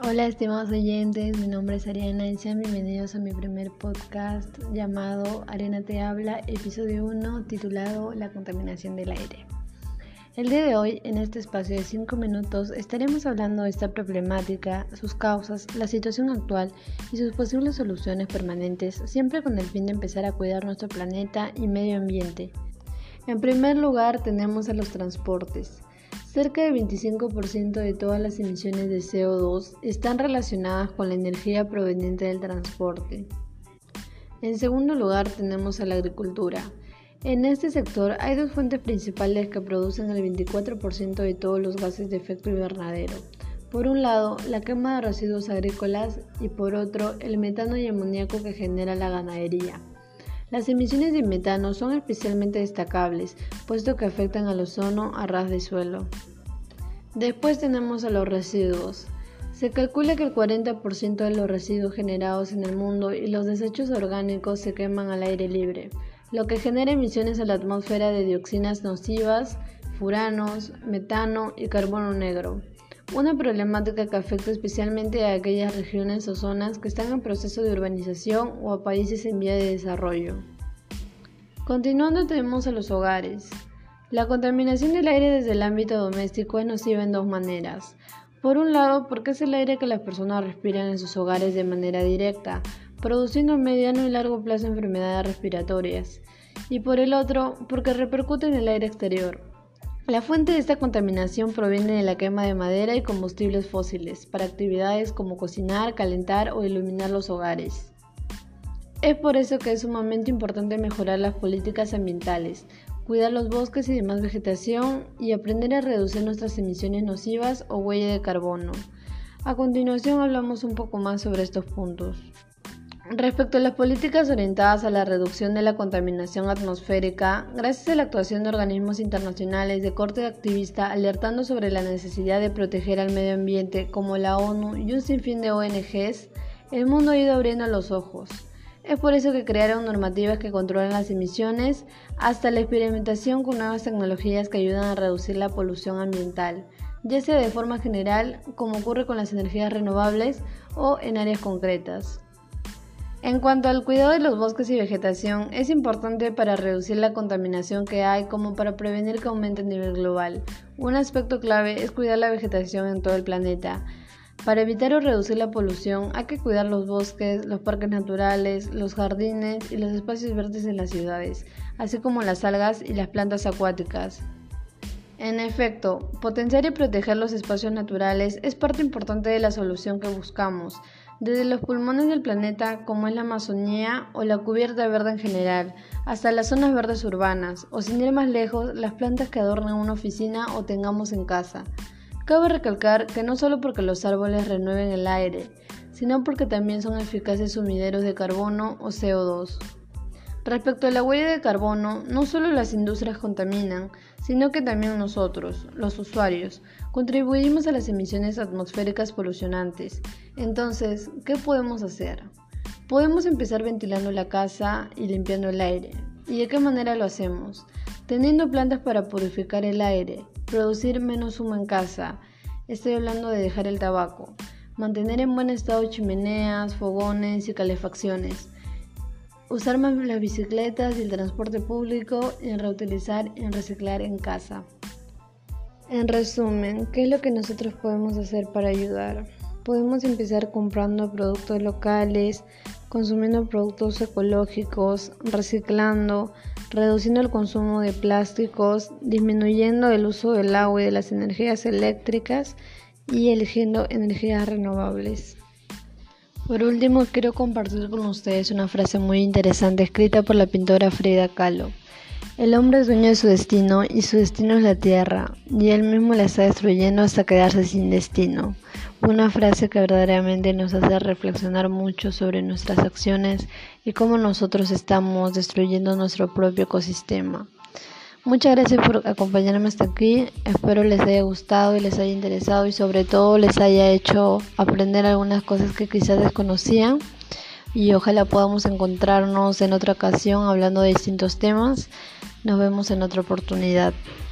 Hola estimados oyentes, mi nombre es Ariana y sean bienvenidos a mi primer podcast llamado Arena te habla, episodio 1, titulado La contaminación del aire. El día de hoy, en este espacio de 5 minutos, estaremos hablando de esta problemática, sus causas, la situación actual y sus posibles soluciones permanentes, siempre con el fin de empezar a cuidar nuestro planeta y medio ambiente. En primer lugar tenemos a los transportes. Cerca del 25% de todas las emisiones de CO2 están relacionadas con la energía proveniente del transporte. En segundo lugar tenemos a la agricultura. En este sector hay dos fuentes principales que producen el 24% de todos los gases de efecto invernadero. Por un lado, la quema de residuos agrícolas y por otro, el metano y amoníaco que genera la ganadería. Las emisiones de metano son especialmente destacables, puesto que afectan al ozono a ras de suelo. Después tenemos a los residuos. Se calcula que el 40% de los residuos generados en el mundo y los desechos orgánicos se queman al aire libre, lo que genera emisiones a la atmósfera de dioxinas nocivas, furanos, metano y carbono negro. Una problemática que afecta especialmente a aquellas regiones o zonas que están en proceso de urbanización o a países en vía de desarrollo. Continuando tenemos a los hogares. La contaminación del aire desde el ámbito doméstico es nociva en dos maneras. Por un lado, porque es el aire que las personas respiran en sus hogares de manera directa, produciendo a mediano y largo plazo enfermedades respiratorias. Y por el otro, porque repercute en el aire exterior. La fuente de esta contaminación proviene de la quema de madera y combustibles fósiles para actividades como cocinar, calentar o iluminar los hogares. Es por eso que es sumamente importante mejorar las políticas ambientales, cuidar los bosques y demás vegetación y aprender a reducir nuestras emisiones nocivas o huella de carbono. A continuación hablamos un poco más sobre estos puntos. Respecto a las políticas orientadas a la reducción de la contaminación atmosférica, gracias a la actuación de organismos internacionales de corte activista alertando sobre la necesidad de proteger al medio ambiente como la ONU y un sinfín de ONGs, el mundo ha ido abriendo los ojos. Es por eso que crearon normativas que controlan las emisiones, hasta la experimentación con nuevas tecnologías que ayudan a reducir la polución ambiental, ya sea de forma general, como ocurre con las energías renovables, o en áreas concretas. En cuanto al cuidado de los bosques y vegetación, es importante para reducir la contaminación que hay como para prevenir que aumente a nivel global. Un aspecto clave es cuidar la vegetación en todo el planeta. Para evitar o reducir la polución hay que cuidar los bosques, los parques naturales, los jardines y los espacios verdes en las ciudades, así como las algas y las plantas acuáticas. En efecto, potenciar y proteger los espacios naturales es parte importante de la solución que buscamos, desde los pulmones del planeta como es la Amazonía o la cubierta verde en general, hasta las zonas verdes urbanas, o sin ir más lejos, las plantas que adornan una oficina o tengamos en casa. Cabe recalcar que no solo porque los árboles renueven el aire, sino porque también son eficaces sumideros de carbono o CO2. Respecto a la huella de carbono, no solo las industrias contaminan, sino que también nosotros, los usuarios, contribuimos a las emisiones atmosféricas polucionantes. Entonces, ¿qué podemos hacer? Podemos empezar ventilando la casa y limpiando el aire. ¿Y de qué manera lo hacemos? Teniendo plantas para purificar el aire, producir menos humo en casa, estoy hablando de dejar el tabaco, mantener en buen estado chimeneas, fogones y calefacciones, usar más las bicicletas y el transporte público y reutilizar y reciclar en casa. En resumen, ¿qué es lo que nosotros podemos hacer para ayudar? Podemos empezar comprando productos locales, consumiendo productos ecológicos, reciclando, reduciendo el consumo de plásticos, disminuyendo el uso del agua y de las energías eléctricas y eligiendo energías renovables. Por último, quiero compartir con ustedes una frase muy interesante escrita por la pintora Frida Kahlo. El hombre es dueño de su destino y su destino es la tierra, y él mismo la está destruyendo hasta quedarse sin destino. Una frase que verdaderamente nos hace reflexionar mucho sobre nuestras acciones y cómo nosotros estamos destruyendo nuestro propio ecosistema. Muchas gracias por acompañarme hasta aquí, espero les haya gustado y les haya interesado y sobre todo les haya hecho aprender algunas cosas que quizás desconocían y ojalá podamos encontrarnos en otra ocasión hablando de distintos temas. Nos vemos en otra oportunidad.